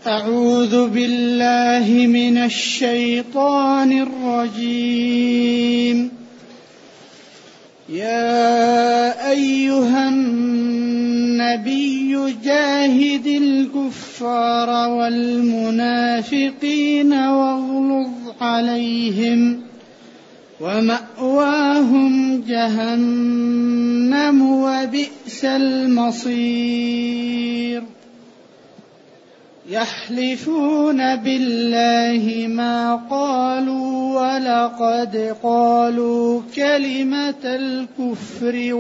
أعوذ بالله من الشيطان الرجيم. يا أيها النبي جاهد الكفار والمنافقين واغلظ عليهم ومأواهم جهنم وبئس المصير. يحلفون بالله ما قالوا ولقد قالوا كلمة الكفر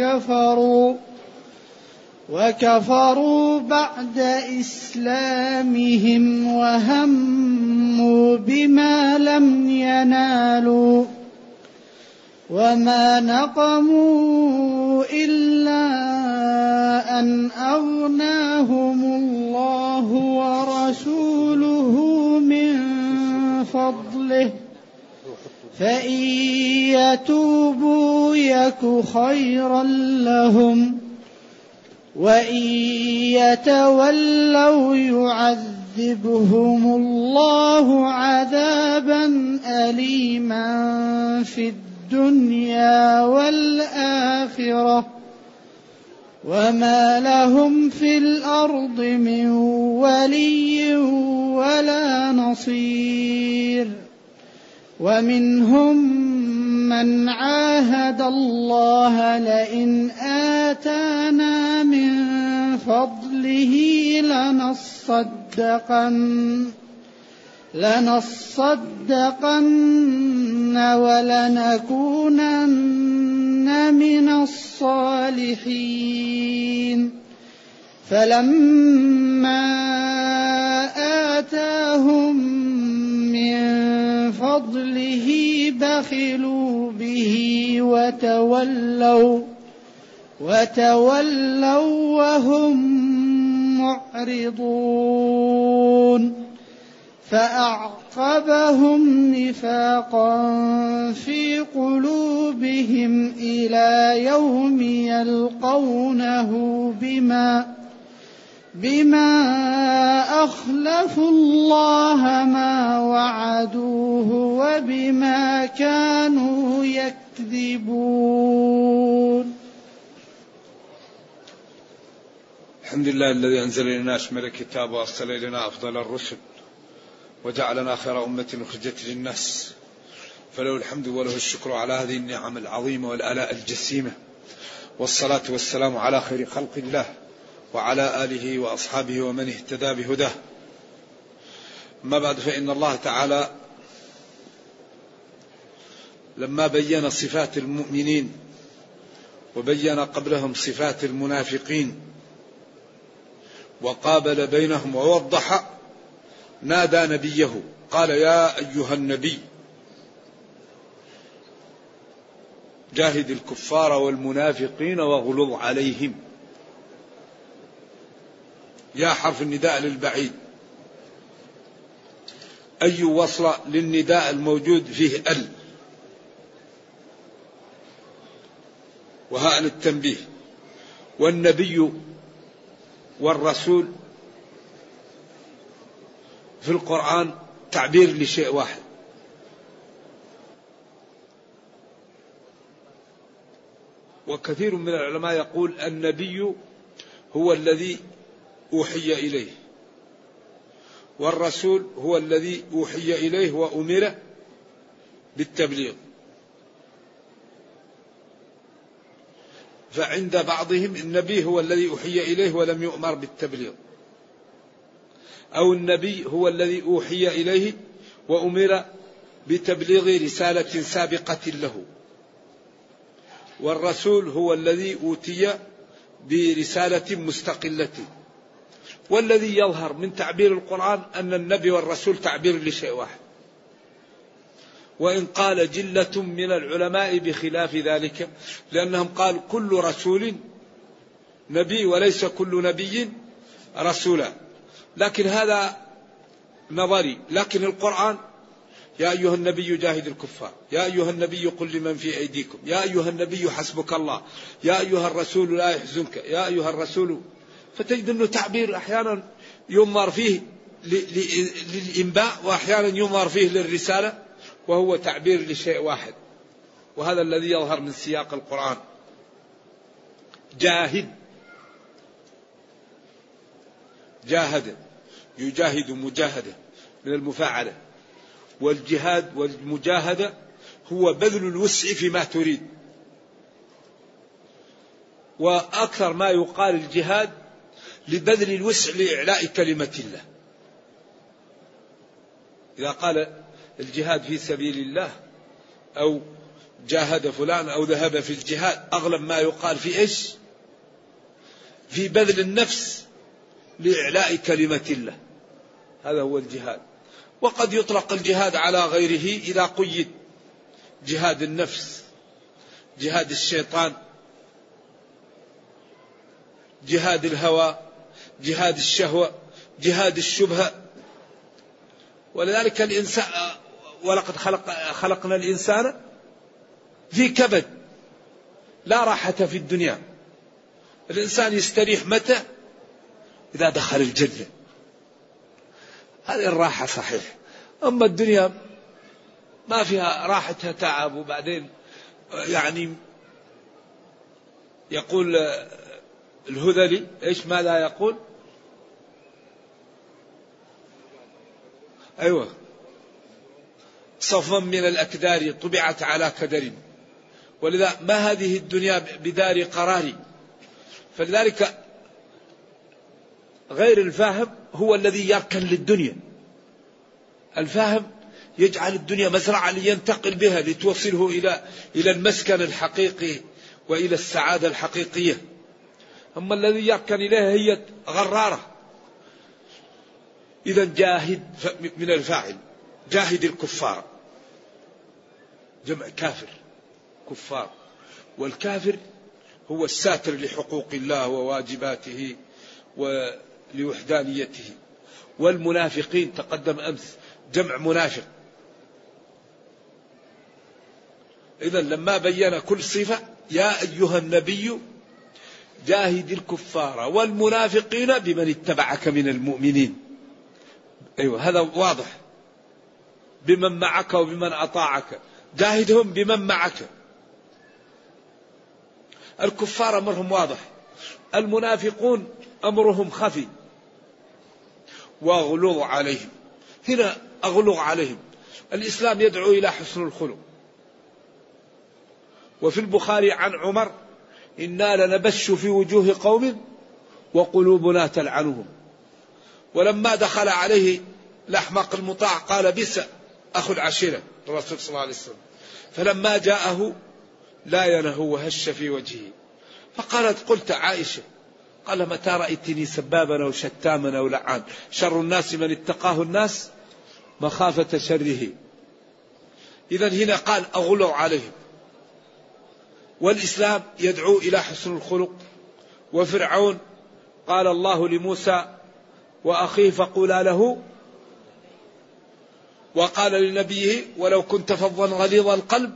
وكفروا بعد إسلامهم وهموا بما لم ينالوا وما نقموا إلا أن أغناهم الله ورسوله من فضله فإن يتوبوا يك خيرا لهم وإن يتولوا يعذبهم الله عذابا أليما في الدنيا والآخرة وما لهم في الأرض من ولي ولا نصير. ومنهم من عاهد الله لئن آتانا من فضله لنصدقن ولنكونن من الصالحين. فلما آتاهم من فضله بخلوا به وتولوا وهم معرضون. فأعقبهم نفاقا في قلوبهم إلى يوم يلقونه بما أخلفوا الله ما وعدوه وبما كانوا يكذبون. الحمد لله الذي أنزل إلينا أشمل الكتاب وأرسل إلينا أفضل الرسل وجعلنا خير أمة أخرجت للناس، فله الحمد وله الشكر على هذه النعم العظيمة والآلاء الجسيمة، والصلاة والسلام على خير خلق الله وعلى آله وأصحابه ومن اهتدى بهداه. أما بعد، فإن الله تعالى لما بين صفات المؤمنين وبين قبلهم صفات المنافقين وقابل بينهم ووضح، نادى نبيه قال: يا أيها النبي جاهد الكفار والمنافقين واغلظ عليهم. يا حرف النداء للبعيد، أي وصل للنداء الموجود فيه ال، وهاء للتنبيه. والنبي والرسول في القرآن تعبير لشيء واحد، وكثير من العلماء يقول النبي هو الذي أوحي إليه، والرسول هو الذي أوحي إليه وأمر بالتبليغ. فعند بعضهم النبي هو الذي أوحي إليه ولم يؤمر بالتبليغ، أو النبي هو الذي أوحي إليه وأمر بتبليغ رسالة سابقة له، والرسول هو الذي أوتي برسالة مستقلة. والذي يظهر من تعبير القرآن أن النبي والرسول تعبير لشيء واحد، وإن قال جلة من العلماء بخلاف ذلك، لأنهم قال كل رسول نبي وليس كل نبي رسولا، لكن هذا نظري. لكن القرآن: يا أيها النبي جاهد الكفار، يا أيها النبي قل لمن في أيديكم، يا أيها النبي حسبك الله، يا أيها الرسول لا يحزنك، يا أيها الرسول. فتجد أنه تعبير أحيانا ينظر فيه للإنباء، وأحيانا ينظر فيه للرسالة، وهو تعبير لشيء واحد. وهذا الذي يظهر من سياق القرآن. جاهد، جاهد، يجاهد مجاهدة من المفاعلة. والجهاد والمجاهدة هو بذل الوسع فيما تريد. وأكثر ما يقال الجهاد لبذل الوسع لإعلاء كلمة الله. إذا قال الجهاد في سبيل الله أو جاهد فلان أو ذهب في الجهاد، أغلب ما يقال في إيش؟ في بذل النفس لإعلاء كلمة الله. هذا هو الجهاد. وقد يطلق الجهاد على غيره إذا قيد: جهاد النفس، جهاد الشيطان، جهاد الهوى، جهاد الشهوة، جهاد الشبهة. ولذلك الإنسان، ولقد خلقنا الإنسان في كبد، لا راحة في الدنيا. الإنسان يستريح متى؟ إذا دخل الجنة، هذه الراحة صحيح. أما الدنيا ما فيها راحتها تعب. وبعدين يعني يقول الهذلي إيش ما لا يقول؟ أيوة، صفا من الأكدار طبعت على كدر، ولذا ما هذه الدنيا بدار قرار. فلذلك غير الفاهم هو الذي يركن للدنيا. الفاهم يجعل الدنيا مزرعة لينتقل بها لتوصله إلى المسكن الحقيقي وإلى السعادة الحقيقية. أما الذي يركن إليها هي غرارة. إذا جاهد من الفاعل، جاهد الكفار، جمع كافر، كفار. والكافر هو الساتر لحقوق الله وواجباته ولوحدانيته. والمنافقين تقدم أمس، جمع منافق. إذا لما بين كل صفة: يا أيها النبي جاهد الكفار والمنافقين بمن اتبعك من المؤمنين. أيوة، هذا واضح. بمن معك وبمن أطاعك، جاهدهم بمن معك. الكفار أمرهم واضح، المنافقون أمرهم خفي. واغلظ عليهم، هنا أغلظ عليهم. الإسلام يدعو إلى حسن الخلق. وفي البخاري عن عمر: إنا لنبش في وجوه قوم وقلوبنا تلعنهم. ولما دخل عليه الأحمق المطاع قال: بئس أخو العشيرة الرسول صلى الله عليه وسلم. فلما جاءه لاينه وهش في وجهه. فقالت: قلت عائشة. قال: متى رأيتني سبابا أو شتاما أو لعان؟ شر الناس من اتقاه الناس مخافة شره. إذن هنا قال: أغلظ عليهم. والإسلام يدعو إلى حسن الخلق. وفرعون قال الله لموسى وأخيه: فقولا له. وقال لنبيه: ولو كنت فظا غليظ القلب.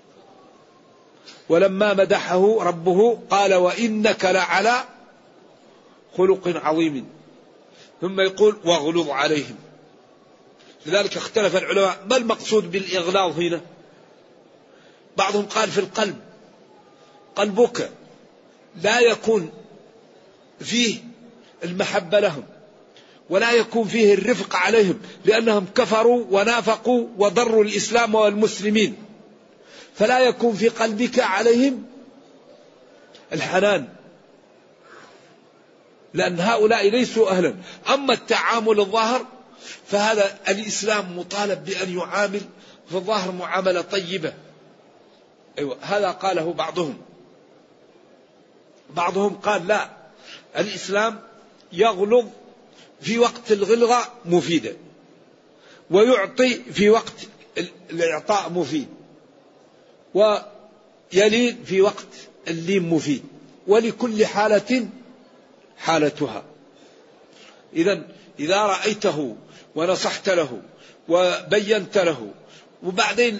ولما مدحه ربه قال: وإنك لعلى خلق عظيم. ثم يقول: واغلظ عليهم. لذلك اختلف العلماء ما المقصود بالإغلاظ هنا. بعضهم قال في القلب، قلبك لا يكون فيه المحبة لهم ولا يكون فيه الرفق عليهم، لأنهم كفروا ونافقوا وضروا الإسلام والمسلمين، فلا يكون في قلبك عليهم الحنان، لأن هؤلاء ليسوا أهلا. أما التعامل الظاهر فهذا الإسلام مطالب بأن يعامل في الظاهر معاملة طيبة. أيوة، هذا قاله بعضهم. بعضهم قال: لا، الإسلام يغلظ في وقت الغلظة مفيدة، ويعطي في وقت الإعطاء مفيد، ويلين في وقت اللين مفيد، ولكل حالة حالتها. إذا رأيته ونصحت له وبينت له وبعدين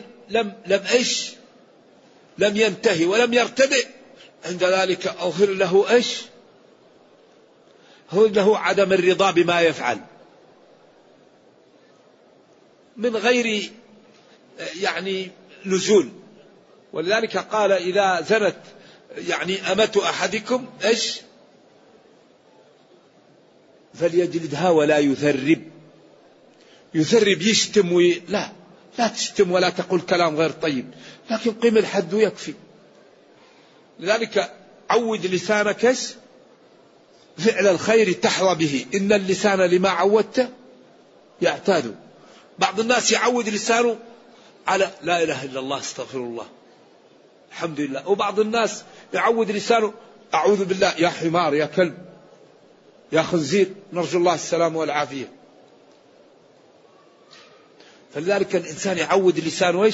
لم ينتهي ولم يرتدئ، عند ذلك أظهر له أظهر له عدم الرضا بما يفعل. من غير يعني نزول. ولذلك قال إذا زنت يعني أمة أحدكم إيش فليجلدها ولا يثرب. يثرب يشتم لا تشتم ولا تقول كلام غير طيب، لكن قم الحد يكفي. لذلك عود لسانك فعل الخير تحظى به، إن اللسان لما عودته يعتاد. بعض الناس يعود لسانه على لا إله إلا الله استغفر الله الحمد لله، وبعض الناس يعود لسانه أعوذ بالله يا حمار يا كلب يا خنزير، نرجو الله السلامة والعافية. فلذلك الإنسان يعود لسانه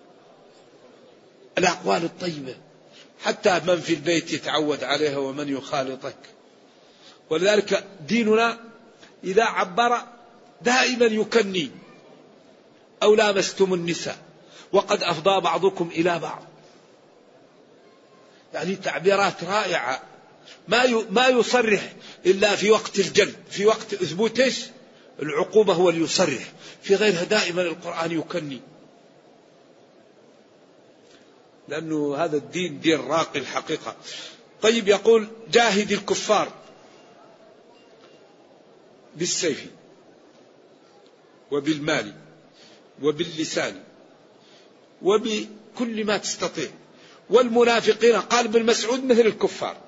الأقوال الطيبة، حتى من في البيت يتعود عليها ومن يخالطك. ولذلك ديننا إذا عبر دائما يكني أو لامستم النساء وقد أفضى بعضكم إلى بعض، يعني تعبيرات رائعة. ما يصرح إلا في وقت الجلد، في وقت إثبوت العقوبة هو اللي يصرح، في غيرها دائما القرآن يكني، لأنه هذا الدين دين راقي الحقيقة. طيب يقول جاهد الكفار بالسيف وبالمال وباللسان وبكل ما تستطيع، والمنافقين قال ابن مسعود مثل الكفار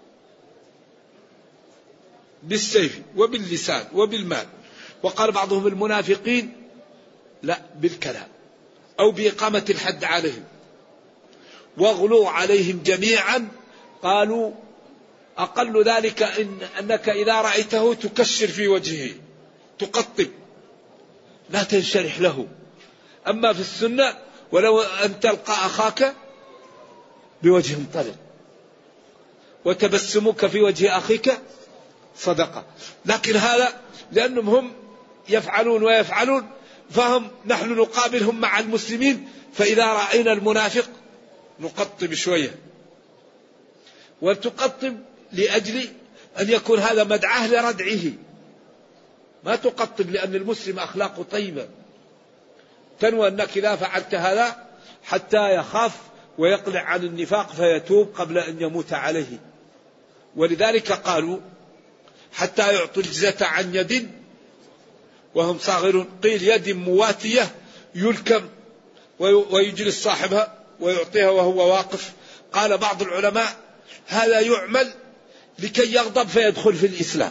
بالسيف وباللسان وبالمال. وقال بعضهم المنافقين لا بالكلام أو بإقامة الحد عليهم. واغلوا عليهم جميعا، قالوا أقل ذلك أنك إذا رأيته تكشر في وجهه تقطب لا تنشرح له. أما في السنة ولو أن تلقى أخاك بوجه طلق وتبسمك في وجه أخيك صدقة. لكن هذا لأنهم هم يفعلون ويفعلون، فهم نحن نقابلهم مع المسلمين، فإذا رأينا المنافق نقطب شوية، وتقطب لأجل أن يكون هذا مدعاه لردعه، ما تقطب لأن المسلم أخلاقه طيبة، تنوى أنك إذا فعلت هذا حتى يخاف ويقلع عن النفاق فيتوب قبل أن يموت عليه. ولذلك قالوا حتى يعطوا الجزية عن يد وهم صاغرون، قيل يد مواتية يلكم ويجلس صاحبها ويعطيها وهو واقف. قال بعض العلماء هذا يعمل لكي يغضب فيدخل في الإسلام،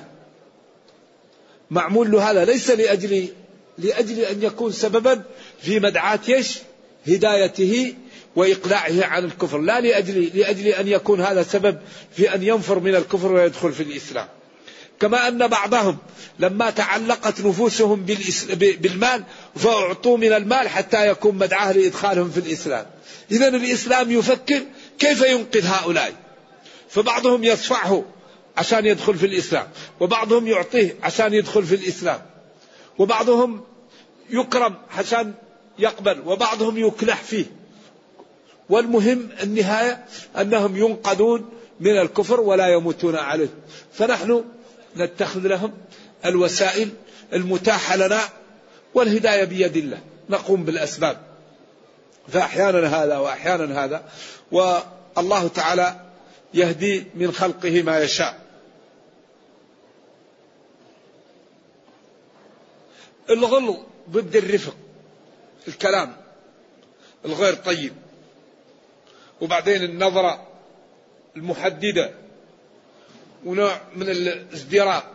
معمول له هذا ليس لأجل أن يكون سببا في مدعاة هدايته وإقلاعه عن الكفر، لا لأجل أن يكون هذا سبب في أن ينفر من الكفر ويدخل في الإسلام. كما أن بعضهم لما تعلقت نفوسهم بالمال فأعطوا من المال حتى يكون مدعاه لإدخالهم في الإسلام. إذن الإسلام يفكر كيف ينقذ هؤلاء، فبعضهم يصفعه عشان يدخل في الإسلام، وبعضهم يعطيه عشان يدخل في الإسلام، وبعضهم يكرم عشان يقبل، وبعضهم يكلح فيه. والمهم النهاية أنهم ينقذون من الكفر ولا يموتون عليه. فنحن نتخذ لهم الوسائل المتاحة لنا، والهداية بيد الله، نقوم بالأسباب، فأحيانا هذا وأحيانا هذا، والله تعالى يهدي من خلقه ما يشاء. الغلو ضد الرفق، الكلام الغير طيب، وبعدين النظرة المحددة، ونوع من الازدراء.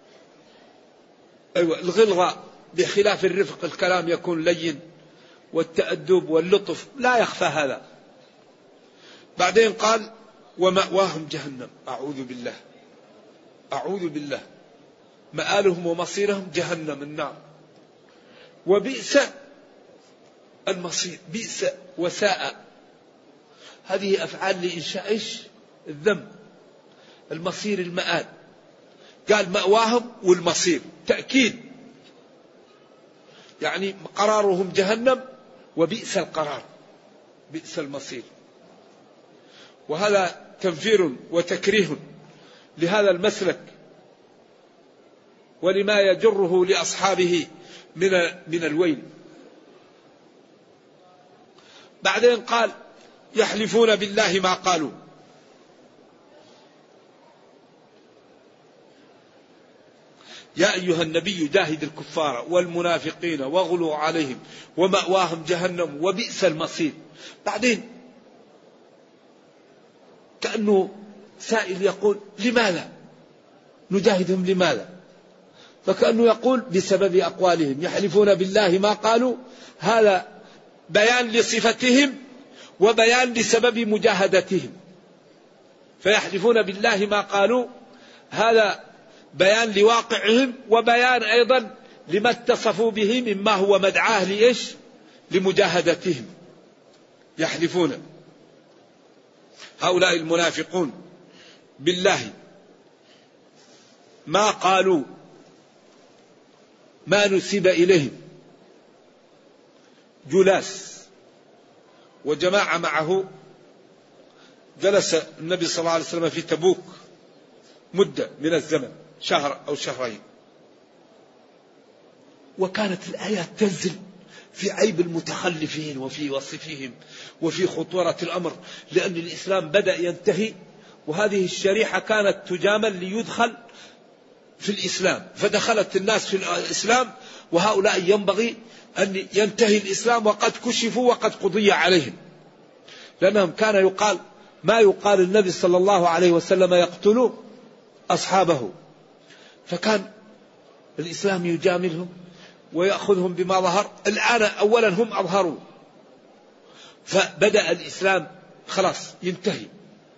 أيوة الغلظة بخلاف الرفق، الكلام يكون لين والتأدب واللطف لا يخفى هذا. بعدين قال ومأواهم جهنم، أعوذ بالله أعوذ بالله، مآلهم ومصيرهم جهنم النار، وبئس المصير، بئس وساء، هذه أفعال لإنشاء الذنب. المصير المآل، قال مأواهم والمصير تأكيد، يعني قرارهم جهنم وبئس القرار، بئس المصير. وهذا تنفير وتكريه لهذا المسلك ولما يجره لأصحابه من الويل. بعدين قال يحلفون بالله ما قالوا. يا أيها النبي جاهد الكفار والمنافقين واغلوا عليهم ومأواهم جهنم وبئس المصير. بعدين كأنه سائل يقول لماذا نجاهدهم؟ لماذا؟ فكأنه يقول بسبب أقوالهم، يحلفون بالله ما قالوا، هذا بيان لصفتهم وبيان لسبب مجاهدتهم. فيحلفون بالله ما قالوا، هذا بيان لواقعهم وبيان أيضا لما اتصفوا به مما هو مدعاه لإيش؟ لمجاهدتهم. يحلفون هؤلاء المنافقون بالله ما قالوا، ما نسب إليهم. جلاس وجماعة معه جلس النبي صلى الله عليه وسلم في تبوك مدة من الزمن، شهر أو شهرين، وكانت الآيات تنزل في عيب المتخلفين وفي وصفهم وفي خطورة الأمر، لأن الإسلام بدأ ينتهي، وهذه الشريحة كانت تجامل ليدخل في الإسلام، فدخلت الناس في الإسلام، وهؤلاء ينبغي أن ينتهي الإسلام وقد كشفوا وقد قضي عليهم، لأنهم كان يقال ما يقال النبي صلى الله عليه وسلم يقتل أصحابه، فكان الإسلام يجاملهم ويأخذهم بما ظهر. الآن أولا هم أظهروا، فبدأ الإسلام خلاص ينتهي،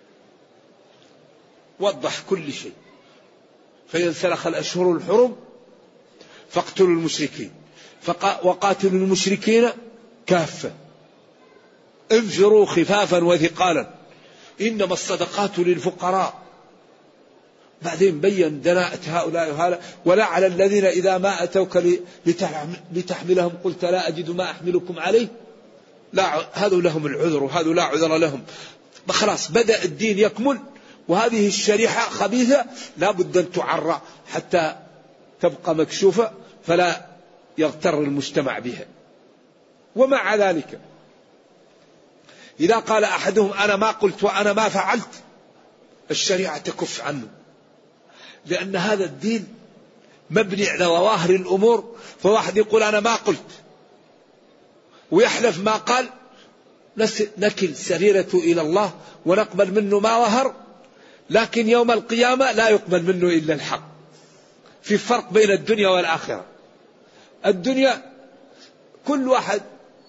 وضح كل شيء. فينسلخ الأشهر الحرم فاقتلوا المشركين وقاتلوا المشركين كافة انفروا خفافا وثقالا إنما الصدقات للفقراء. بعدين بين دناءة هؤلاء وهؤلاء. ولا على الذين إذا ما أتوك لتحملهم قلت لا أجد ما أحملكم عليه، لا، هذا لهم العذر وهذا لا عذر لهم. خلاص بدأ الدين يكمل، وهذه الشريحة خبيثة لا بد أن تعرى حتى تبقى مكشوفة فلا يغتر المجتمع بها. ومع ذلك إذا قال أحدهم أنا ما قلت وأنا ما فعلت، الشريعة تكف عنه، لأن هذا الدين مبني على ظواهر الأمور. فواحد يقول أنا ما قلت ويحلف ما قال، نكل سريرته إلى الله ونقبل منه ما ظهر، لكن يوم القيامة لا يقبل منه إلا الحق. في فرق بين الدنيا والآخرة. الدنيا كل واحد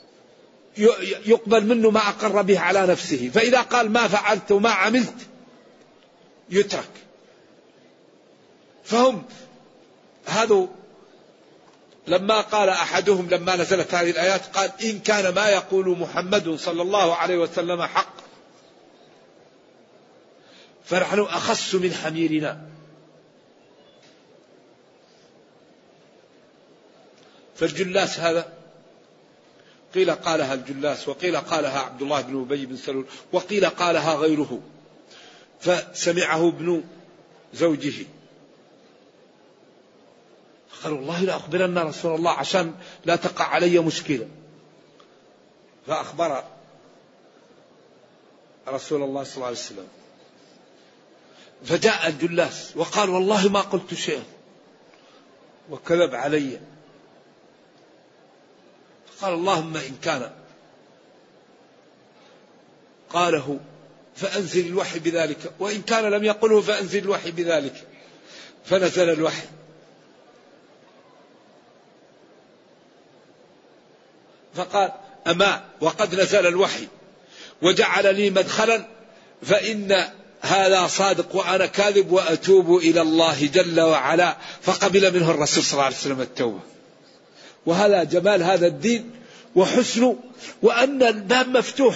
يقبل منه ما أقر به على نفسه، فإذا قال ما فعلت وما عملت يترك. فهم هذا لما قال أحدهم لما نزلت هذه الآيات قال إن كان ما يقول محمد صلى الله عليه وسلم حق فنحن أخص من حميرنا. فالجلاس هذا قيل قالها الجلاس، وقيل قالها عبد الله بن أبي بن سلول، وقيل قالها غيره، فسمعه ابن زوجه قال والله لا أخبرن رسول الله عشان لا تقع علي مشكلة. فأخبر رسول الله صلى الله عليه وسلم، فجاء الجلاس وقال والله ما قلت شيئا وكذب علي. قال اللهم إن كان قاله فأنزل الوحي بذلك، وإن كان لم يقله فأنزل الوحي بذلك. فنزل الوحي. فقال أما وقد نزل الوحي وجعل لي مدخلا فإن هذا صادق وأنا كاذب وأتوب إلى الله جل وعلا. فقبل منه الرسول صلى الله عليه وسلم التوبة. وهذا جمال هذا الدين وحسنه، وأن الباب مفتوح.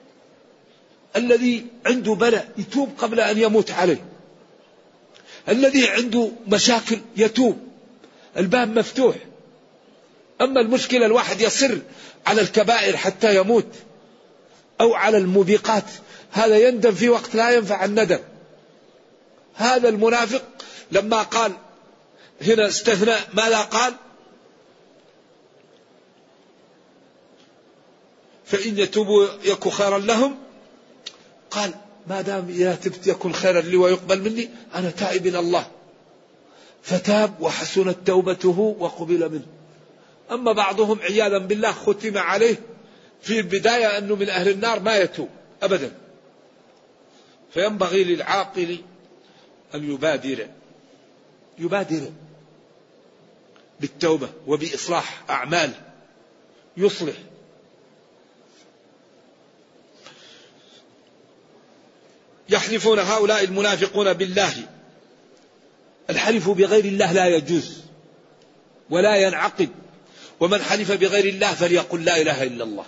الذي عنده بلاء يتوب قبل أن يموت عليه، الذي عنده مشاكل يتوب، الباب مفتوح. أما المشكلة الواحد يصر على الكبائر حتى يموت أو على الموبقات، هذا يندم في وقت لا ينفع الندم. هذا المنافق لما قال هنا استثنى ماذا قال؟ فإن يتوبوا يكن خيرا لهم. قال ما دام إذا تبت يكن خيرا لي ويقبل مني أنا تائب إلى الله، فتاب وحسنت توبته وقبل منه. أما بعضهم عياذا بالله ختم عليه في البداية أنه من أهل النار ما يتوب أبدا. فينبغي للعاقل أن يبادر بالتوبة وبإصلاح أعمال يصلح. يحلفون هؤلاء المنافقون بالله، الحلف بغير الله لا يجوز ولا ينعقد، ومن حلف بغير الله فليقل لا إله إلا الله.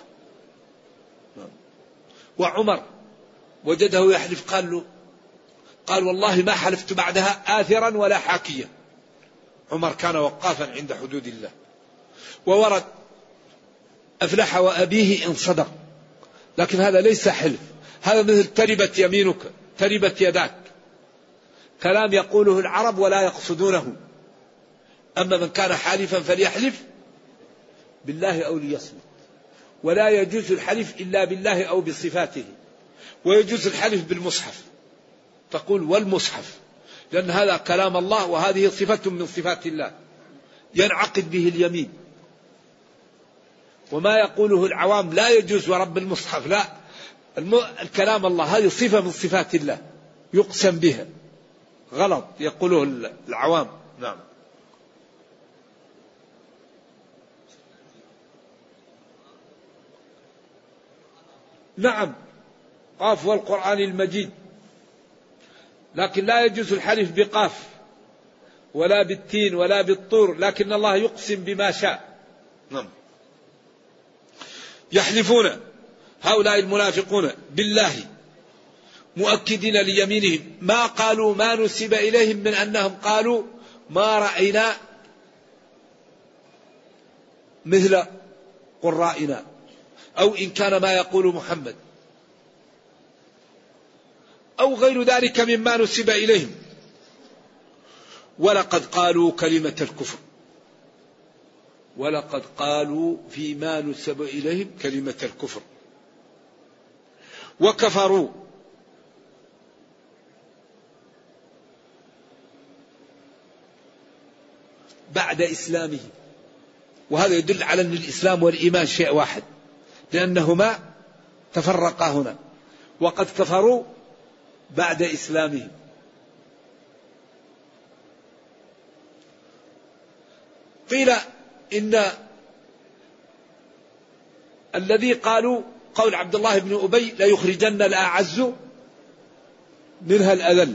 وعمر وجده يحلف قال والله ما حلفت بعدها آثرا ولا حاكيا. عمر كان وقافا عند حدود الله. وورد أفلح وأبيه إن صدق، لكن هذا ليس حلف، هذا مثل تربت يمينك تربت يداك، كلام يقوله العرب ولا يقصدونه. أما من كان حالفا فليحلف بالله أو ليصمت. ولا يجوز الحلف إلا بالله أو بصفاته. ويجوز الحلف بالمصحف، تقول والمصحف، لأن هذا كلام الله وهذه صفة من صفات الله ينعقد به اليمين. وما يقوله العوام لا يجوز ورب المصحف، لا، الكلام الله هذه صفة من صفات الله يقسم بها، غلط يقوله العوام. نعم. نعم قاف والقرآن المجيد، لكن لا يجوز الحلف بقاف ولا بالتين ولا بالطور، لكن الله يقسم بما شاء. نعم. يحلفون هؤلاء المنافقون بالله مؤكدين ليمينهم ما قالوا ما نسب إليهم من أنهم قالوا ما رأينا مثل قرائنا، أو إن كان ما يقول محمد، أو غير ذلك مما نسب إليهم. ولقد قالوا كلمة الكفر، ولقد قالوا فيما نسب إليهم كلمة الكفر وكفروا بعد إسلامهم. وهذا يدل على أن الإسلام والإيمان شيء واحد، لأنهما تفرقا هنا. وقد كفروا بعد إسلامهم. قيل إن الذي قالوا قول عبد الله بن أبي لا يخرجن الأعز منها الأذل.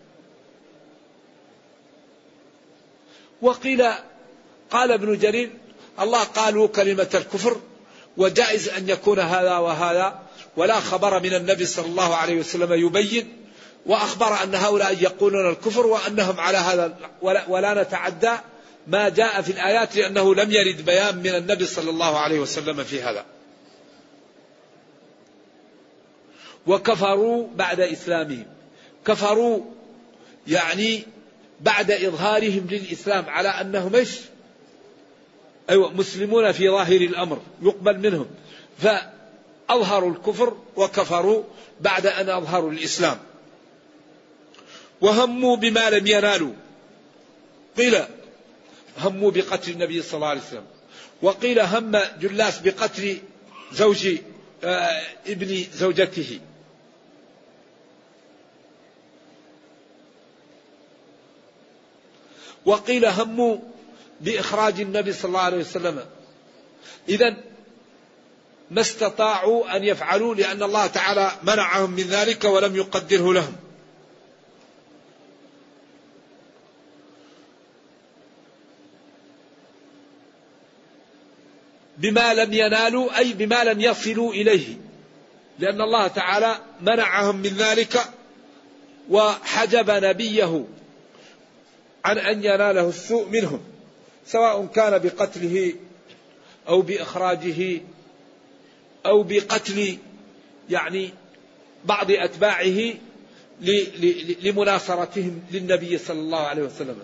وقيل قال ابن جرير الله قالوا كلمة الكفر وجائز أن يكون هذا وهذا، ولا خبر من النبي صلى الله عليه وسلم يبين، وأخبر أن هؤلاء يقولون الكفر وأنهم على هذا، ولا نتعدى ما جاء في الآيات لأنه لم يرد بيان من النبي صلى الله عليه وسلم في هذا. وكفروا بعد إسلامهم، كفروا يعني بعد إظهارهم للإسلام على أنهم إيش؟ أيوة مسلمون في ظاهر الأمر يقبل منهم، فأظهروا الكفر وكفروا بعد أن أظهروا الإسلام. وهموا بما لم ينالوا، قيل هموا بقتل النبي صلى الله عليه وسلم، وقيل هم جلاس بقتل زوج ابن زوجته. وقيل هموا بإخراج النبي صلى الله عليه وسلم. إذن ما استطاعوا أن يفعلوا لأن الله تعالى منعهم من ذلك ولم يقدره لهم. بما لم ينالوا أي بما لم يصلوا إليه، لأن الله تعالى منعهم من ذلك وحجب نبيه عن أن يناله السوء منهم، سواء كان بقتله أو بإخراجه أو بقتل يعني بعض أتباعه لمناصرتهم للنبي صلى الله عليه وسلم.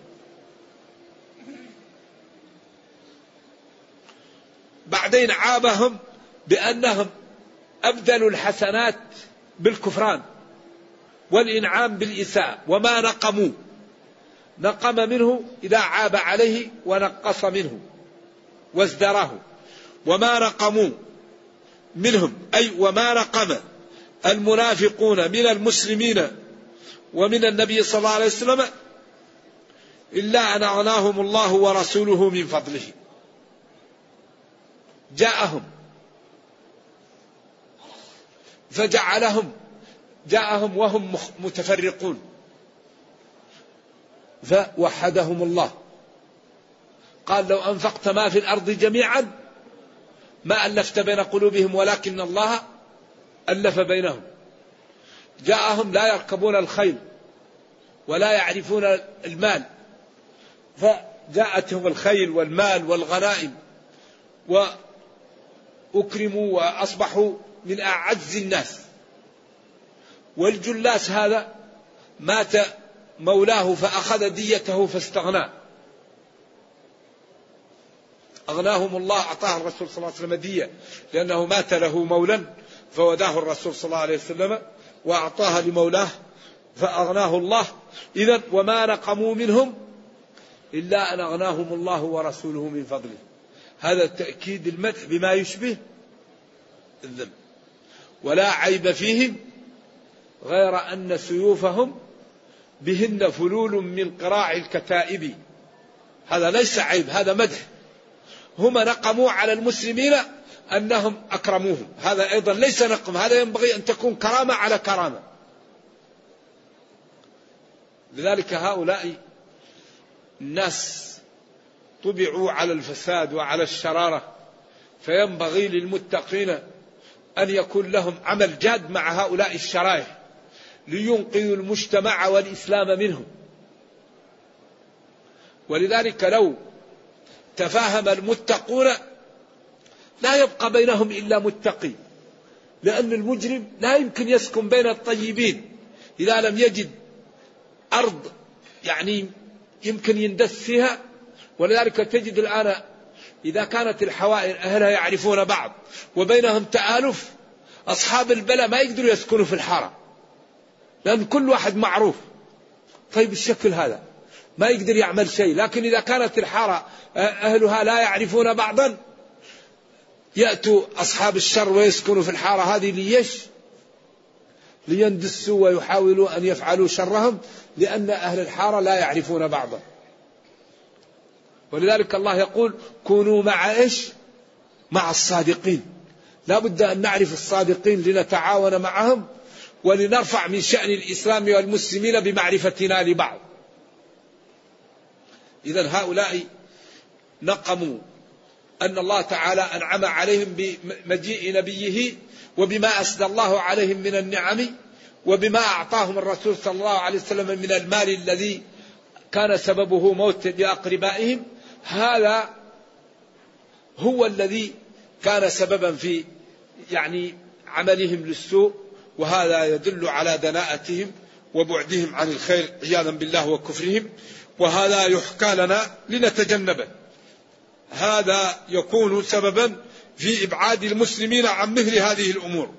بعدين عابهم بأنهم أبدلوا الحسنات بالكفران والإنعام بالإساءة. وما نقموا، نقم منه إذا عاب عليه ونقص منه وازدراه. وما نقموا منهم أي وما نقم المنافقون من المسلمين ومن النبي صلى الله عليه وسلم إلا أن أغناهم الله ورسوله من فضله. جاءهم جاءهم وهم متفرقون فوحدهم الله. قال لو أنفقت ما في الأرض جميعا ما ألفت بين قلوبهم ولكن الله ألف بينهم. جاءهم لا يركبون الخيل ولا يعرفون المال، فجاءتهم الخيل والمال والغنائم وأكرموا وأصبحوا من أعز الناس. والجلاس هذا مات مولاه فأخذ ديته فاستغنى، أغناهم الله، أعطاه الرسول صلى الله عليه وسلم دية لأنه مات له مولا فوداه الرسول صلى الله عليه وسلم وأعطاها لمولاه فأغناه الله. إذن وما نقموا منهم إلا أن أغناهم الله ورسوله من فضله. هذا تأكيد المدح بما يشبه الذم. ولا عيب فيهم غير أن سيوفهم بهن فلول من قراع الكتائب. هذا ليس عيب، هذا مدح. هم نقموا على المسلمين أنهم أكرموهم، هذا أيضا ليس نقم، هذا ينبغي أن تكون كرامة على كرامة. لذلك هؤلاء الناس طبعوا على الفساد وعلى الشرارة، فينبغي للمتقين أن يكون لهم عمل جاد مع هؤلاء الشرائح لينقذوا المجتمع والإسلام منهم. ولذلك لو تفاهم المتقون لا يبقى بينهم إلا متقي، لأن المجرم لا يمكن يسكن بين الطيبين إذا لم يجد أرض يعني يمكن يندس فيها. ولذلك تجد الآن إذا كانت الحوائر أهلها يعرفون بعض وبينهم تآلف، أصحاب البلاء ما يقدروا يسكنوا في الحارة لأن كل واحد معروف. طيب الشكل هذا ما يقدر يعمل شيء. لكن إذا كانت الحارة أهلها لا يعرفون بعضا يأتوا أصحاب الشر ويسكنوا في الحارة هذه ليش؟ ليندسوا ويحاولوا أن يفعلوا شرهم، لأن أهل الحارة لا يعرفون بعضا. ولذلك الله يقول كونوا مع إيش؟ مع الصادقين. لا بد أن نعرف الصادقين لنتعاون معهم ولنرفع من شأن الإسلام والمسلمين بمعرفتنا لبعض. إذن هؤلاء نقموا أن الله تعالى أنعم عليهم بمجيء نبيه وبما أسدى الله عليهم من النعم وبما أعطاهم الرسول صلى الله عليه وسلم من المال الذي كان سببه موت لأقربائهم. هذا هو الذي كان سببا في يعني عملهم للسوء، وهذا يدل على دناءتهم وبعدهم عن الخير عياذا بالله وكفرهم. وهذا يحكى لنا لنتجنبه. هذا يكون سببا في إبعاد المسلمين عن مثل هذه الأمور.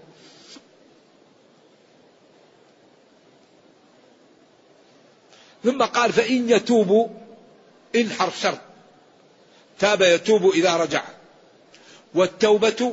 ثم قال فإن يتوبوا، إن حرف شرط، تاب يتوب إذا رجع. والتوبة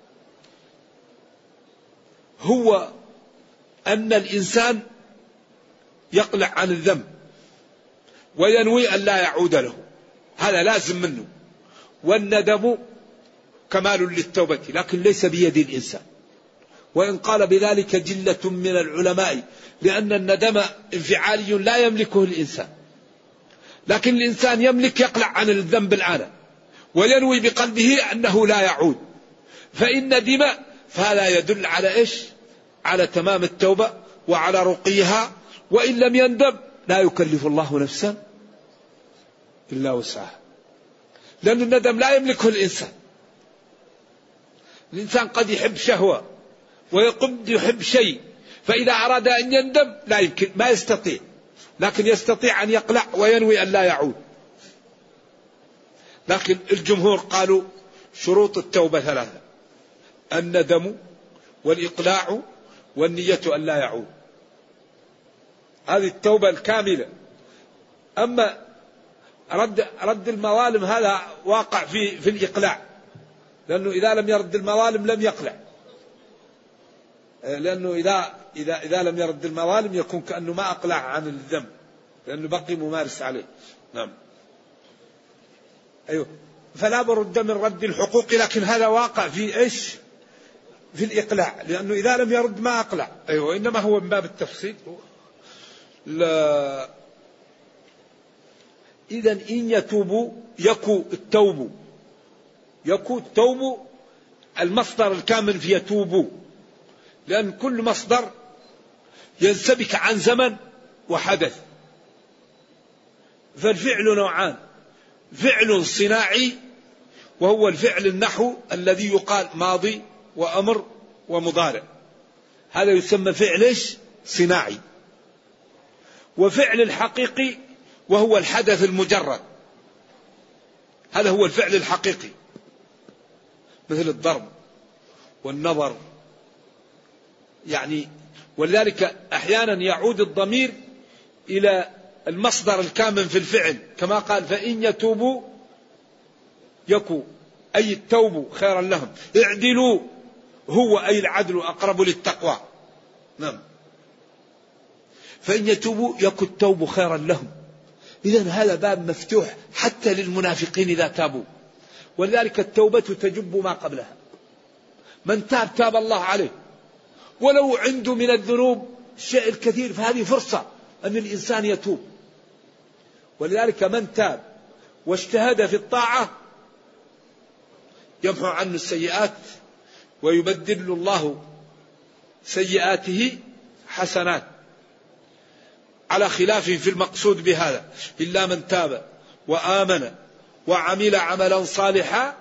هو أن الإنسان يقلع عن الذنب وينوي أن لا يعود له، هذا لازم منه. والندم كمال للتوبة لكن ليس بيد الإنسان، وإن قال بذلك جلة من العلماء، لأن الندم انفعالي لا يملكه الإنسان، لكن الإنسان يملك يقلع عن الذنب الآن وينوي بقلبه أنه لا يعود. فإن ندم فهذا يدل على إيش؟ على تمام التوبة وعلى رقيها. وإن لم يندم لا يكلف الله نفسا إلا وسعها، لأن الندم لا يملكه الإنسان. الإنسان قد يحب شهوة ويقد يحب شيء، فإذا أراد أن يندم لا يمكن، ما يستطيع، لكن يستطيع أن يقلع وينوي أن لا يعود. لكن الجمهور قالوا شروط التوبة ثلاثة: الندم والإقلاع والنية أن لا يعود. هذه التوبة الكاملة. أما رد المظالم هذا واقع في الإقلاع، لأنه إذا لم يرد المظالم لم يقلع، لأنه إذا لم يرد المظالم يكون كأنه ما أقلع عن الذنب، لأنه بقي ممارس عليه. نعم. أيوه. فلا برد من رد الحقوق، لكن هذا واقع في إيش؟ في الإقلاع، لأنه إذا لم يرد ما أقلع. أيوه. إنما هو من باب التفصيل. إذا إن يتوبوا يكو التوب المصدر الكامل في يتوبوا، لأن كل مصدر ينسبك عن زمن وحدث. فالفعل نوعان: فعل صناعي وهو الفعل النحو الذي يقال ماضي وأمر ومضارع، هذا يسمى فعل صناعي. وفعل الحقيقي وهو الحدث المجرد، هذا هو الفعل الحقيقي، مثل الضرب والنظر. يعني ولذلك أحيانا يعود الضمير إلى المصدر الكامن في الفعل، كما قال: فإن يتوبوا يكو، أي التوب خيرا لهم. اعدلوا هو أي العدل أقرب للتقوى. نعم. فإن يتوبوا يكو التوب خيرا لهم. إذن هذا باب مفتوح حتى للمنافقين إذا تابوا. ولذلك التوبة تجب ما قبلها. من تاب الله عليه، ولو عنده من الذنوب الشيء الكثير، فهذه فرصة أن الإنسان يتوب. ولذلك من تاب واجتهد في الطاعة يمحو عنه السيئات ويبدل الله سيئاته حسنات، على خلاف في المقصود بهذا: إلا من تاب وآمن وعمل عملا صالحا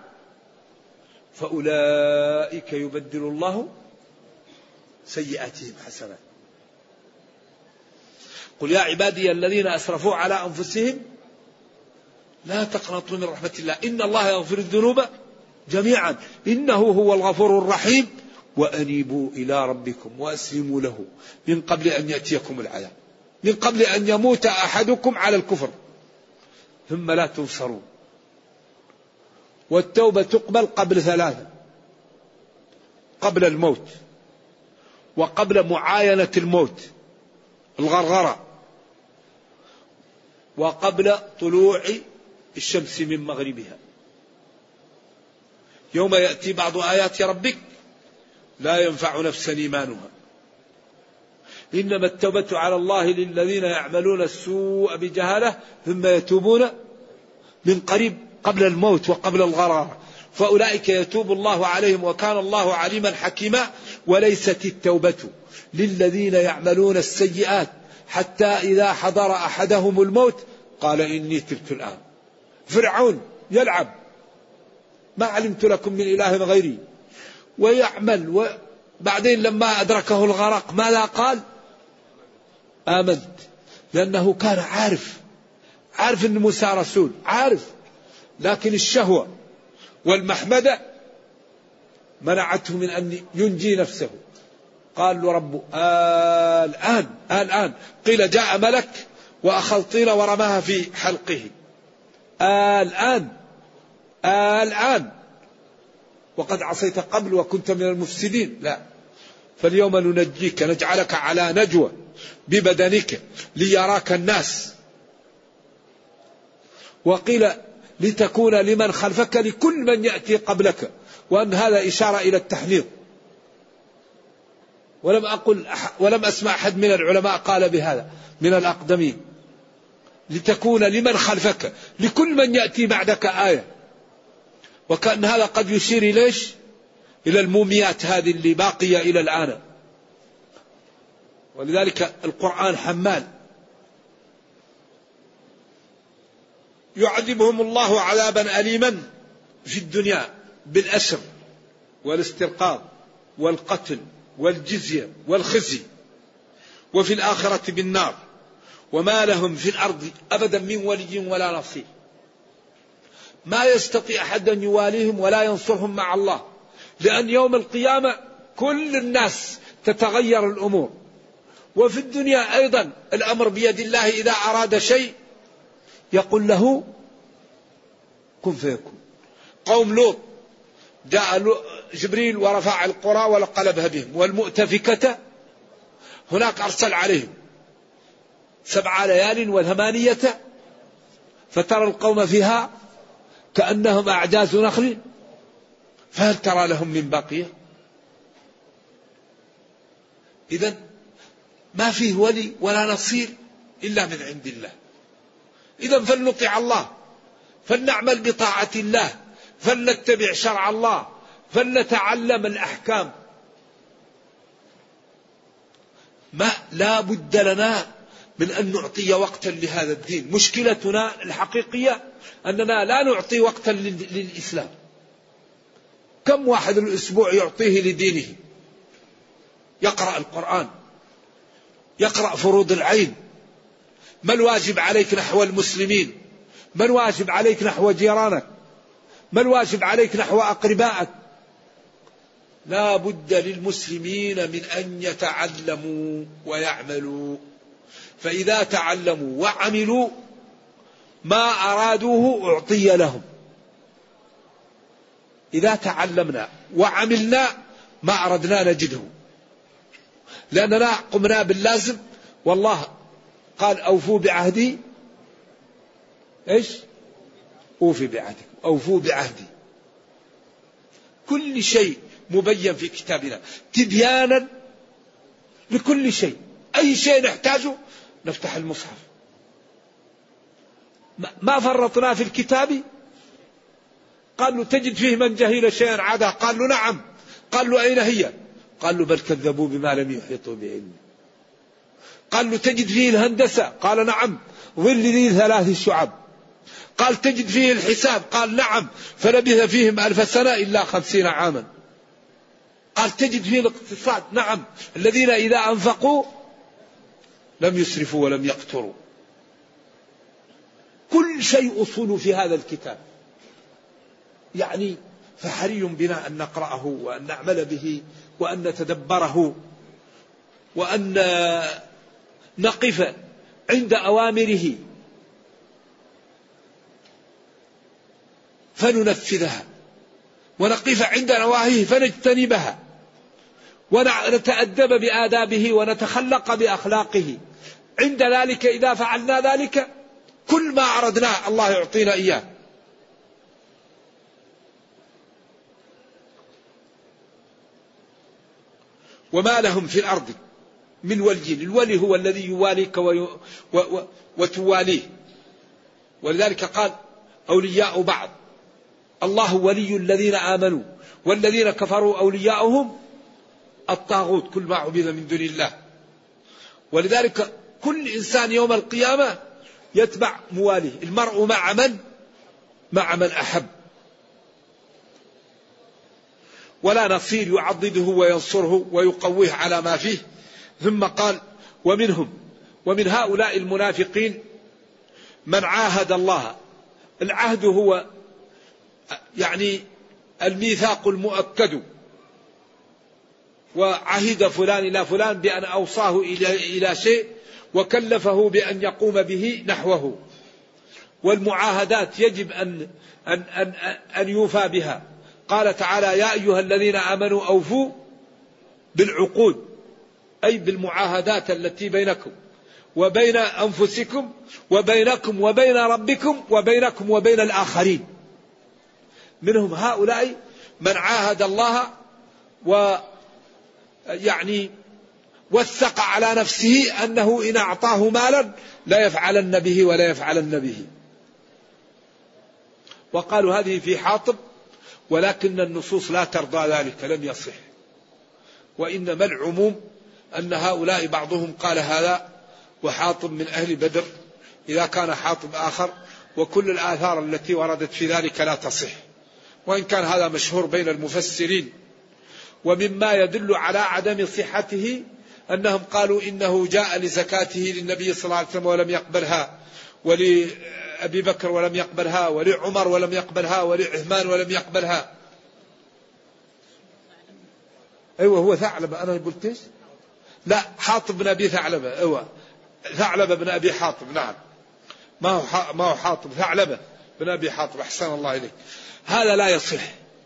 فأولئك يبدل الله سيئاتهم حسنات. قل يا عبادي الذين أسرفوا على أنفسهم لا تقنطوا من رحمة الله إن الله يغفر الذنوب جميعا إنه هو الغفور الرحيم وأنيبوا إلى ربكم وأسلموا له من قبل أن يأتيكم العذاب، من قبل أن يموت أحدكم على الكفر ثم لا تنصرون. والتوبة تقبل قبل ثلاثة: قبل الموت، وقبل معاينة الموت الغرغرة، وقبل طلوع الشمس من مغربها. يوم يأتي بعض آيات ربك لا ينفع نفسا إيمانها. إنما التوبة على الله للذين يعملون السوء بجهالة ثم يتوبون من قريب قبل الموت وقبل الغرغرة، فأولئك يتوب الله عليهم وكان الله عليما حكيما. وليست التوبة للذين يعملون السيئات حتى إذا حضر أحدهم الموت قال إني تبت الآن. فرعون يلعب: ما علمت لكم من إله غيري، ويعمل، وبعدين لما أدركه الغرق ماذا قال؟ آمنت. لأنه كان عارف أن موسى رسول، عارف، لكن الشهوة والمحمدة منعته من أن ينجي نفسه. قال له ربه: الآن قيل جاء ملك وأخذ طينة ورماها في حلقه. الآن وقد عصيت قبل وكنت من المفسدين. لا، فاليوم ننجيك نجعلك على نجوى ببدنك ليراك الناس. وقيل لتكون لمن خلفك لكل من يأتي قبلك، وأن هذا إشارة إلى التحنيط. ولم أسمع أحد من العلماء قال بهذا من الأقدمين. لتكون لمن خلفك لكل من يأتي بعدك آية. وكأن هذا قد يشير إلى الموميات هذه اللي باقية إلى الآن. ولذلك القرآن حمال. يعذبهم الله عذابا أليما في الدنيا بالأسر والاسترقاق والقتل والجزية والخزي، وفي الآخرة بالنار، وما لهم في الأرض أبدا من ولي ولا نصير. ما يستطيع أحد أن يواليهم ولا ينصرهم مع الله، لأن يوم القيامة كل الناس تتغير الأمور. وفي الدنيا أيضا الأمر بيد الله، إذا أراد شيء يقول له كن فيكون. قوم لوط جاء جبريل ورفع القرى ولقلبها بهم، والمؤتفكة هناك أرسل عليهم 7 ليال و8 فترى القوم فيها كأنهم أعجاز نخل فهل ترى لهم من بقية. إذن ما فيه ولي ولا نصير إلا من عند الله. إذن فلنطع الله، فلنعمل بطاعة الله، فلنتبع شرع الله، فلنتعلم الأحكام. ما لا بد لنا من أن نعطي وقتا لهذا الدين. مشكلتنا الحقيقية أننا لا نعطي وقتا للإسلام. كم واحد الأسبوع يعطيه لدينه؟ يقرأ القرآن، يقرأ فروض العين. ما الواجب عليك نحو المسلمين؟ ما الواجب عليك نحو جيرانك؟ ما الواجب عليك نحو أقربائك؟ لا بد للمسلمين من أن يتعلموا ويعملوا. فإذا تعلموا وعملوا ما أرادوه أعطي لهم. إذا تعلمنا وعملنا ما أردنا نجده، لأننا قمنا باللازم. والله قال أوفوا بعهدي، إيش؟ أوفي بعهدكم، أوفوا بعهدي. كل شيء مبين في كتابنا تبيانا لكل شيء. أي شيء نحتاجه نفتح المصحف، ما فرطنا في الكتاب. قال له تجد فيه من جهل شيئا عاده، قال له نعم. قال له أين هي؟ قال له بل كذبوا بما لم يحيطوا بعلمه. قال له تجد فيه الهندسة؟ قال نعم، ظل ذي 3 شعب. قال تجد فيه الحساب؟ قال نعم، فلبث فيهم 1000 سنة إلا 50 عاما. قال تجد فيه الاقتصاد؟ نعم، الذين إذا أنفقوا لم يسرفوا ولم يقتروا. كل شيء أصول في هذا الكتاب. يعني فحري بنا أن نقرأه وأن نعمل به وأن نتدبره وأن نقف عند أوامره فننفذها، ونقف عند نواهيه فنجتنبها، ونتأدب بآدابه ونتخلق بأخلاقه. عند ذلك إذا فعلنا ذلك كل ما أردناه الله يعطينا إياه. وما لهم في الأرض من ولي. الولي هو الذي يواليك وتواليه. ولذلك قال أولياء بعض. الله ولي الذين آمنوا والذين كفروا أولياؤهم الطاغوت، كل ما عبد من دون الله. ولذلك كل إنسان يوم القيامة يتبع مواليه. المرء مع من؟ مع من أحب. ولا نصير يعضده وينصره ويقويه على ما فيه. ثم قال ومنهم، ومن هؤلاء المنافقين من عاهد الله. العهد هو يعني الميثاق المؤكد. وعهد فلان إلى فلان بأن أوصاه إلى شيء وكلفه بأن يقوم به نحوه. والمعاهدات يجب أن يوفى بها. قال تعالى يا أيها الذين آمنوا أوفوا بالعقود، أي بالمعاهدات التي بينكم وبين أنفسكم وبينكم وبين ربكم وبينكم وبين الآخرين. منهم هؤلاء من عاهد الله ويعني وثق على نفسه أنه إن أعطاه مالا لا يفعلن به ولا يفعلن به. وقالوا هذه في حاطب، ولكن النصوص لا ترضى ذلك، لم يصح. وإنما العموم أن هؤلاء بعضهم قال هذا، وحاطب من أهل بدر إذا كان حاطب آخر، وكل الآثار التي وردت في ذلك لا تصح. وإن كان هذا مشهور بين المفسرين. ومما يدل على عدم صحته أنهم قالوا إنه جاء لزكاته للنبي صلى الله عليه وسلم ولم يقبلها، ولأبي بكر ولم يقبلها، ولعمر ولم يقبلها، ولعثمان ولم يقبلها. أيوة هو ثعلبة، أنا قلت إيش؟ لا، حاطب بن أبي ثعلبة. أيوة ثعلبة بن أبي حاطب، نعم، ما هو حاطب، ثعلبة بن أبي حاطب، أحسن الله إليك. هذا لا يصح.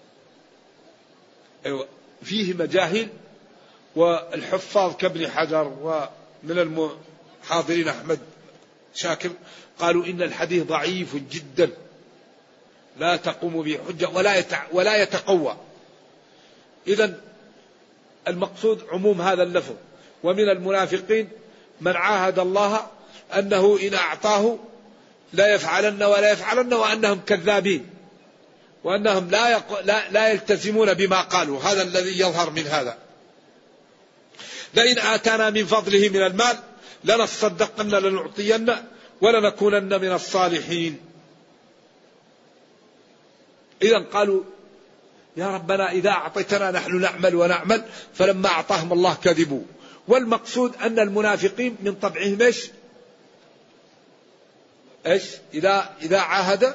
أيوة فيه مجاهل، والحفاظ كابن حجر ومن المحاضرين أحمد شاكر قالوا إن الحديث ضعيف جدا لا تقوم به حجة ولا يتقوى. إذن المقصود عموم هذا اللفظ. ومن المنافقين من عاهد الله أنه إن أعطاه لا يفعلن ولا يفعلن، وأنهم كذابين، وأنهم لا يلتزمون بما قالوا. هذا الذي يظهر من هذا. لئن آتانا من فضله من المال لنصدقن لنعطين ولنكونن من الصالحين. إذن قالوا يا ربنا إذا أعطيتنا نحن نعمل ونعمل، فلما أعطاهم الله كذبوا. والمقصود أن المنافقين من طبعهم إيش؟ إذا عاهد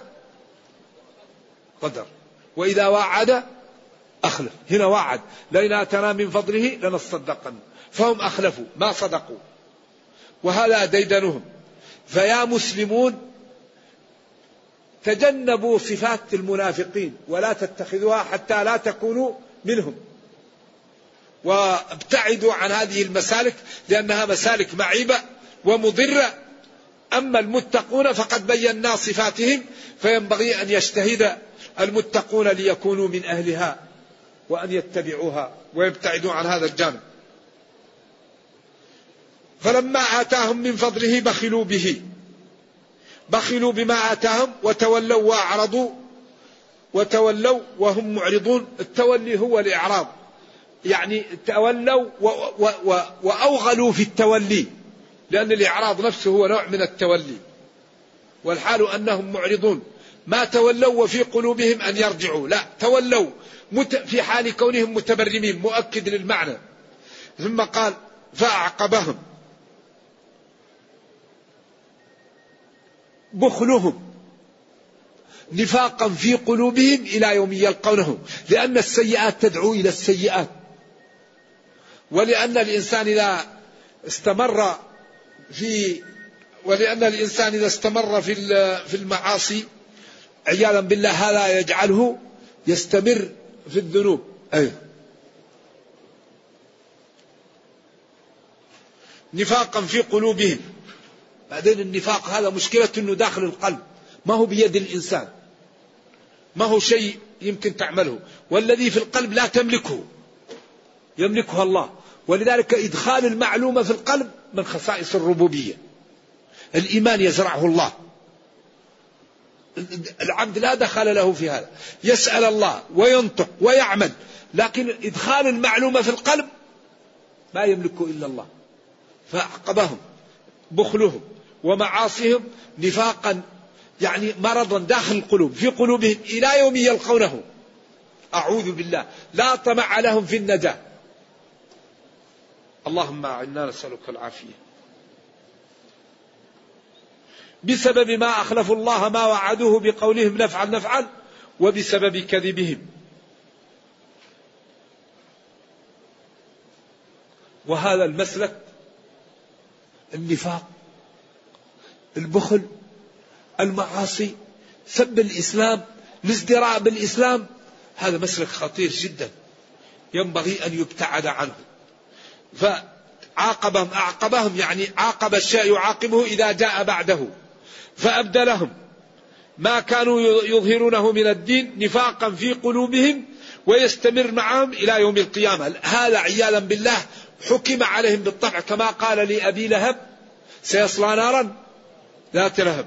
قدر، وإذا وعد أخلف. هنا وعد لئن آتانا من فضله لنصدقن، فهم أخلفوا ما صدقوا، وهذا ديدنهم. فيا مسلمون تجنبوا صفات المنافقين ولا تتخذوها حتى لا تكونوا منهم، وابتعدوا عن هذه المسالك لأنها مسالك معيبة ومضرة. أما المتقون فقد بينا صفاتهم، فينبغي أن يجتهد المتقون ليكونوا من أهلها وأن يتبعوها ويبتعدوا عن هذا الجانب. فلما آتاهم من فضله بخلوا بما آتاهم وتولوا وأعرضوا، وتولوا وهم معرضون. التولي هو الإعراض، يعني تولوا وأوغلوا في التولي، لأن الإعراض نفسه هو نوع من التولي، والحال أنهم معرضون. ما تولوا وفي قلوبهم أن يرجعوا، لا، تولوا في حال كونهم متبرمين، مؤكد للمعنى. ثم قال فأعقبهم بخلهم نفاقا في قلوبهم إلى يوم يلقونه، لأن السيئات تدعو إلى السيئات، ولأن الإنسان إذا استمر في المعاصي عياذا بالله هذا يجعله يستمر في الذنوب. نفاقا في قلوبهم. بعدين النفاق هذا مشكلة أنه داخل القلب، ما هو بيد الإنسان، ما هو شيء يمكن تعمله، والذي في القلب لا تملكه، يملكها الله. ولذلك إدخال المعلومة في القلب من خصائص الربوبية. الإيمان يزرعه الله، العبد لا دخل له في هذا، يسأل الله وينطق ويعمل، لكن إدخال المعلومة في القلب ما يملكه إلا الله. فأعقبهم بخلهم ومعاصيهم نفاقا، يعني مرضا داخل القلوب في قلوبهم إلى يوم يلقونه. أعوذ بالله، لا طمع لهم في النجاة. اللهم أعنا نسألك العافية. بسبب ما أخلفوا الله ما وعدوه بقولهم نفعل، وبسبب كذبهم. وهذا المسلك، النفاق، البخل، المعاصي، سب الإسلام، الازدراء بالإسلام، هذا مسلك خطير جدا ينبغي أن يبتعد عنه. أعقبهم يعني عاقب الشيء يعاقبه إذا جاء بعده، فأبدلهم ما كانوا يظهرونه من الدين نفاقا في قلوبهم ويستمر معهم إلى يوم القيامة. هذا عياذا بالله حكم عليهم بالطبع، كما قال لأبي لهب سيصلى نارا ذات لهب.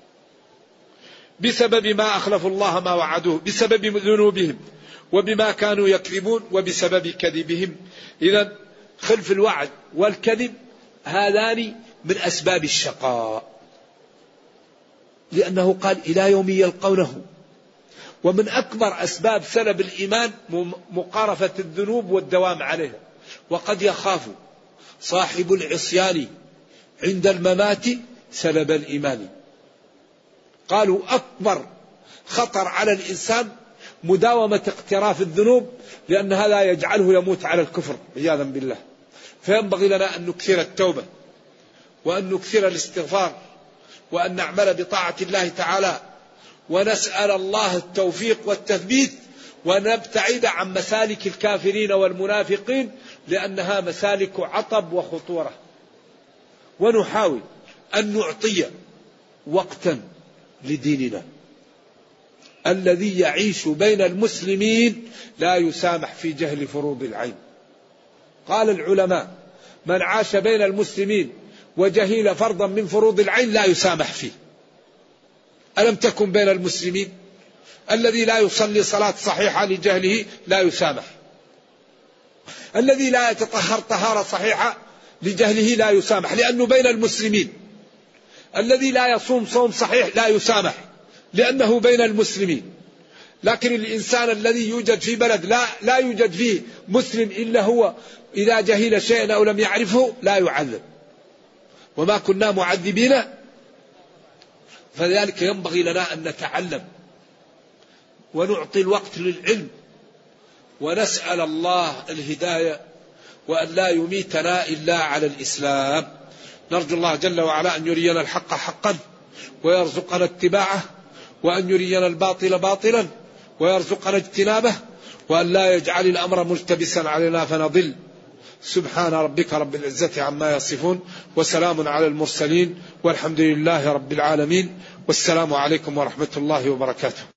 بسبب ما أخلفوا الله ما وعدوه، بسبب ذنوبهم وبما كانوا يكذبون وبسبب كذبهم. إذن خلف الوعد والكذب هذان من أسباب الشقاء، لأنه قال إلى يوم يلقونه. ومن أكبر أسباب سلب الإيمان مقارفة الذنوب والدوام عليها. وقد يخاف صاحب العصيان عند الممات سلب الإيمان. قالوا أكبر خطر على الإنسان مداومة اقتراف الذنوب، لأن هذا يجعله يموت على الكفر عياذا بالله. فينبغي لنا أن نكثر التوبة وأن نكثر الاستغفار وأن نعمل بطاعة الله تعالى، ونسأل الله التوفيق والتثبيت، ونبتعد عن مسالك الكافرين والمنافقين لأنها مسالك عطب وخطورة. ونحاول أن نعطي وقتا لديننا. الذي يعيش بين المسلمين لا يسامح في جهل فروض العين. قال العلماء: من عاش بين المسلمين وجهل فرضا من فروض العين لا يسامح فيه. ألم تكن بين المسلمين؟ الذي لا يصلي صلاة صحيحة لجهله لا يسامح. الذي لا يتطهر طهارة صحيحة لجهله لا يسامح، لأنه بين المسلمين. الذي لا يصوم صوم صحيح لا يسامح لأنه بين المسلمين. لكن الإنسان الذي يوجد في بلد لا يوجد فيه مسلم إلا هو، إذا جهل شيئا أو لم يعرفه لا يعذب. وما كنا معذبين. فلذلك ينبغي لنا أن نتعلم ونعطي الوقت للعلم، ونسأل الله الهداية، وأن لا يميتنا إلا على الإسلام. نرجو الله جل وعلا أن يرينا الحق حقا ويرزقنا اتباعه، وأن يرينا الباطل باطلا ويرزقنا اجتنابه، وأن لا يجعل الأمر ملتبسا علينا فنضل. سبحان ربك رب العزة عما يصفون، وسلام على المرسلين، والحمد لله رب العالمين، والسلام عليكم ورحمة الله وبركاته.